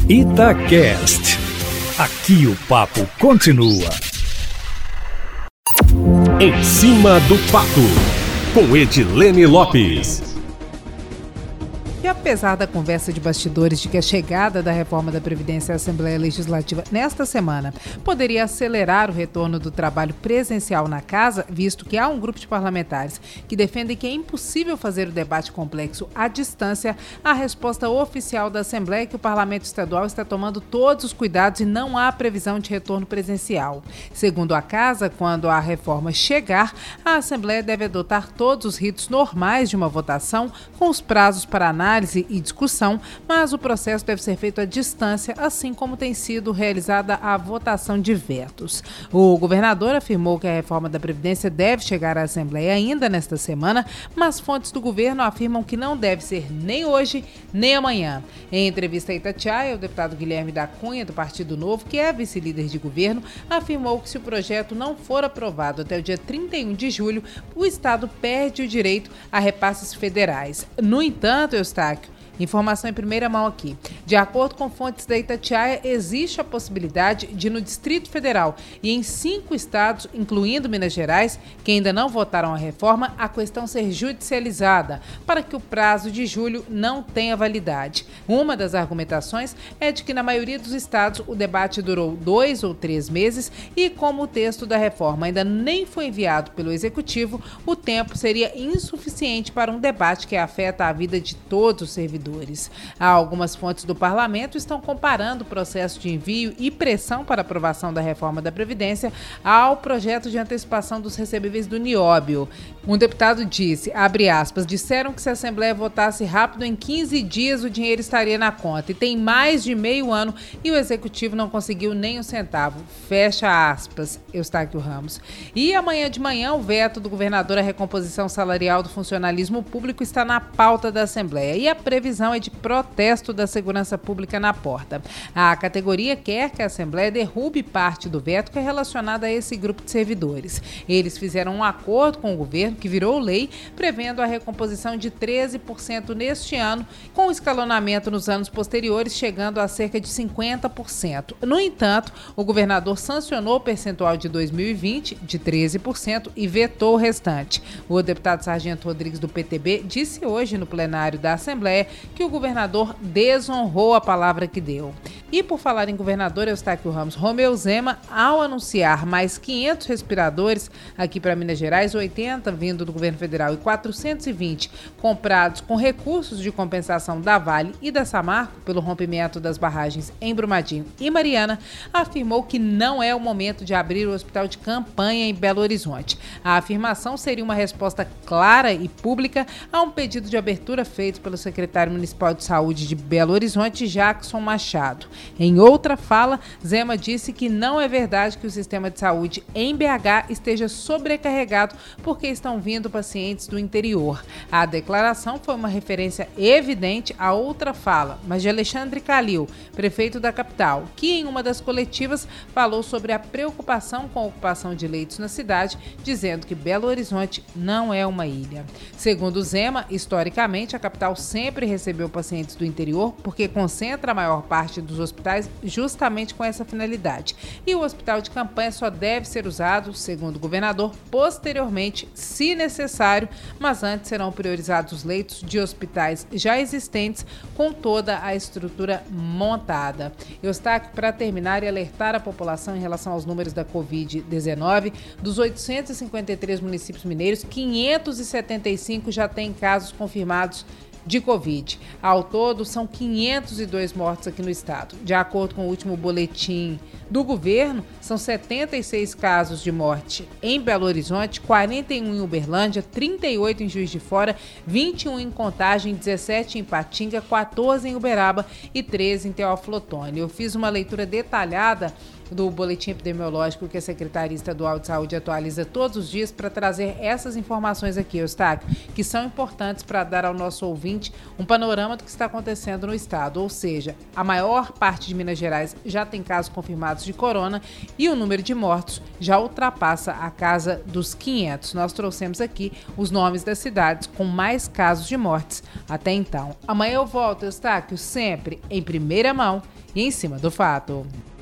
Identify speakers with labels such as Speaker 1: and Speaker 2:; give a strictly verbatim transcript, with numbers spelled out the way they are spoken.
Speaker 1: Itacast. Aqui o papo continua. Em cima do papo, com Edilene Lopes.
Speaker 2: E apesar da conversa de bastidores de que a chegada da reforma da Previdência à Assembleia Legislativa nesta semana poderia acelerar o retorno do trabalho presencial na casa, visto que há um grupo de parlamentares que defendem que é impossível fazer o debate complexo à distância, a resposta oficial da Assembleia é que o Parlamento Estadual está tomando todos os cuidados e não há previsão de retorno presencial. Segundo a Casa, quando a reforma chegar, a Assembleia deve adotar todos os ritos normais de uma votação, com os prazos para análise e discussão, mas o processo deve ser feito à distância, assim como tem sido realizada a votação de vetos. O governador afirmou que a reforma da Previdência deve chegar à Assembleia ainda nesta semana, mas fontes do governo afirmam que não deve ser nem hoje, nem amanhã. Em entrevista a Itatiaia, o deputado Guilherme da Cunha, do Partido Novo, que é vice-líder de governo, afirmou que se o projeto não for aprovado até o dia trinta e um de julho, o Estado perde o direito a repasses federais. No entanto, Eustáquio, informação em primeira mão aqui. De acordo com fontes da Itatiaia, existe a possibilidade de, no Distrito Federal e em cinco estados, incluindo Minas Gerais, que ainda não votaram a reforma, a questão ser judicializada, para que o prazo de julho não tenha validade. Uma das argumentações é de que, na maioria dos estados, o debate durou dois ou três meses e, como o texto da reforma ainda nem foi enviado pelo Executivo, o tempo seria insuficiente para um debate que afeta a vida de todos os servidores. Algumas fontes do parlamento estão comparando o processo de envio e pressão para aprovação da reforma da Previdência ao projeto de antecipação dos recebíveis do Nióbio. Um deputado disse, abre aspas, disseram que se a Assembleia votasse rápido, em quinze dias o dinheiro estaria na conta, e tem mais de meio ano e o Executivo não conseguiu nem um centavo. Fecha aspas, Eustáquio Ramos. E amanhã de manhã, o veto do governador à recomposição salarial do funcionalismo público está na pauta da Assembleia e a previsão é de protesto da segurança pública na porta. A categoria quer que a Assembleia derrube parte do veto que é relacionado a esse grupo de servidores. Eles fizeram um acordo com o governo, que virou lei, prevendo a recomposição de treze por cento neste ano, com escalonamento nos anos posteriores, chegando a cerca de cinquenta por cento. No entanto, o governador sancionou o percentual de dois mil e vinte de treze por cento e vetou o restante. O deputado Sargento Rodrigues, do P T B, disse hoje no plenário da Assembleia que o governador desonrou a palavra que deu. E por falar em governador, Eustáquio Ramos, Romeu Zema, ao anunciar mais quinhentos respiradores aqui para Minas Gerais, oitenta vindo do governo federal e quatrocentos e vinte comprados com recursos de compensação da Vale e da Samarco pelo rompimento das barragens em Brumadinho e Mariana, afirmou que não é o momento de abrir o hospital de campanha em Belo Horizonte. A afirmação seria uma resposta clara e pública a um pedido de abertura feito pelo secretário municipal de saúde de Belo Horizonte, Jackson Machado. Em outra fala, Zema disse que não é verdade que o sistema de saúde em B H esteja sobrecarregado porque estão vindo pacientes do interior. A declaração foi uma referência evidente a outra fala, mas de Alexandre Calil, prefeito da capital, que em uma das coletivas falou sobre a preocupação com a ocupação de leitos na cidade, dizendo que Belo Horizonte não é uma ilha. Segundo Zema, historicamente, a capital sempre recebeu pacientes do interior porque concentra a maior parte dos hospitais justamente com essa finalidade. E o hospital de campanha só deve ser usado, segundo o governador, posteriormente, se necessário, mas antes serão priorizados os leitos de hospitais já existentes com toda a estrutura montada. Eustáquio, para terminar e alertar a população em relação aos números da covid dezenove, dos oitocentos e cinquenta e três municípios mineiros, quinhentos e setenta e cinco já têm casos confirmados de Covid. Ao todo, são quinhentos e dois mortos aqui no estado. De acordo com o último boletim do governo, são setenta e seis casos de morte em Belo Horizonte, quarenta e um em Uberlândia, trinta e oito em Juiz de Fora, vinte e um em Contagem, dezessete em Ipatinga, quatorze em Uberaba e treze em Teófilo Otoni. Eu fiz uma leitura detalhada do boletim epidemiológico que a Secretaria Estadual de Saúde atualiza todos os dias para trazer essas informações aqui, Eustáquio, que são importantes para dar ao nosso ouvinte um panorama do que está acontecendo no estado. Ou seja, a maior parte de Minas Gerais já tem casos confirmados de corona e o número de mortos já ultrapassa a casa dos quinhentos. Nós trouxemos aqui os nomes das cidades com mais casos de mortes até então. Amanhã eu volto, Eustáquio, sempre em primeira mão Em Cima do Fato.